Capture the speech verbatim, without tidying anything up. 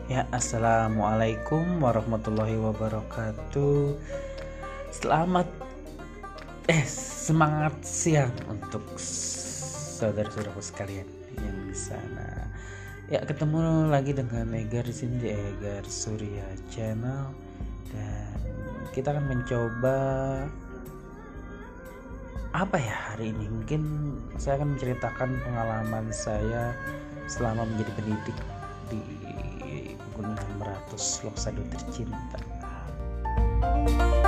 Ya, assalamualaikum warahmatullahi wabarakatuh. Selamat eh semangat siang untuk saudara-saudaraku sekalian yang di sana. Ya, ketemu lagi dengan Egar di sini di Egar Surya Channel, dan kita akan mencoba apa ya hari ini. Mungkin saya akan menceritakan pengalaman saya selama menjadi pendidik di Gunung Meratus, Lokasado tercinta.